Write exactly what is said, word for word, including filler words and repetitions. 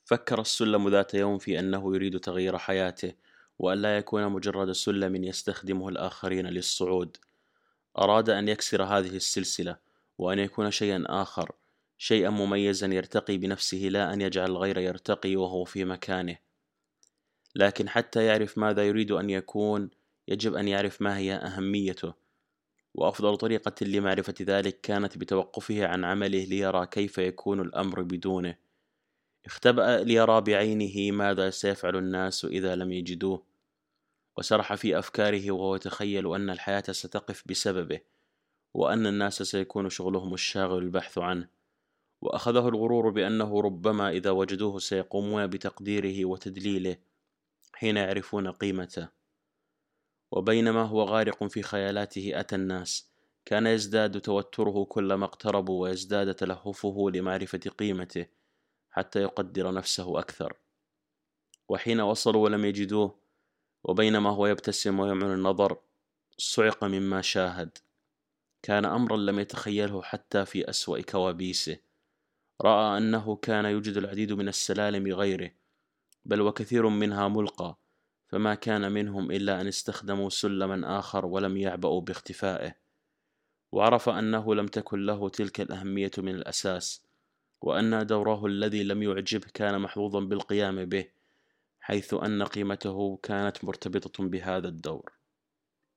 فكر السلم ذات يوم في أنه يريد تغيير حياته، وأن لا يكون مجرد سلم يستخدمه الآخرين للصعود. أراد أن يكسر هذه السلسلة، وأن يكون شيئا آخر، شيئا مميزا يرتقي بنفسه، لا أن يجعل الغير يرتقي وهو في مكانه. لكن حتى يعرف ماذا يريد أن يكون، يجب أن يعرف ما هي أهميته، وأفضل طريقة لمعرفة ذلك كانت بتوقفه عن عمله ليرى كيف يكون الأمر بدونه. اختبأ ليرى بعينه ماذا سيفعل الناس إذا لم يجدوه، وسرح في أفكاره وهو يتخيل أن الحياة ستقف بسببه، وأن الناس سيكون شغلهم الشاغل البحث عنه. وأخذه الغرور بأنه ربما إذا وجدوه سيقومون بتقديره وتدليله حين يعرفون قيمته. وبينما هو غارق في خيالاته أتى الناس. كان يزداد توتره كلما اقتربوا، ويزداد تلهفه لمعرفة قيمته حتى يقدر نفسه أكثر. وحين وصلوا ولم يجدوه، وبينما هو يبتسم ويمعن النظر، صعق مما شاهد. كان أمرا لم يتخيله حتى في أسوأ كوابيسه. رأى أنه كان يوجد العديد من السلالم غيره، بل وكثير منها ملقى، فما كان منهم إلا أن استخدموا سلما آخر ولم يعبأوا باختفائه. وعرف أنه لم تكن له تلك الأهمية من الأساس، وأن دوره الذي لم يعجبه كان محظوظا بالقيام به، حيث أن قيمته كانت مرتبطة بهذا الدور.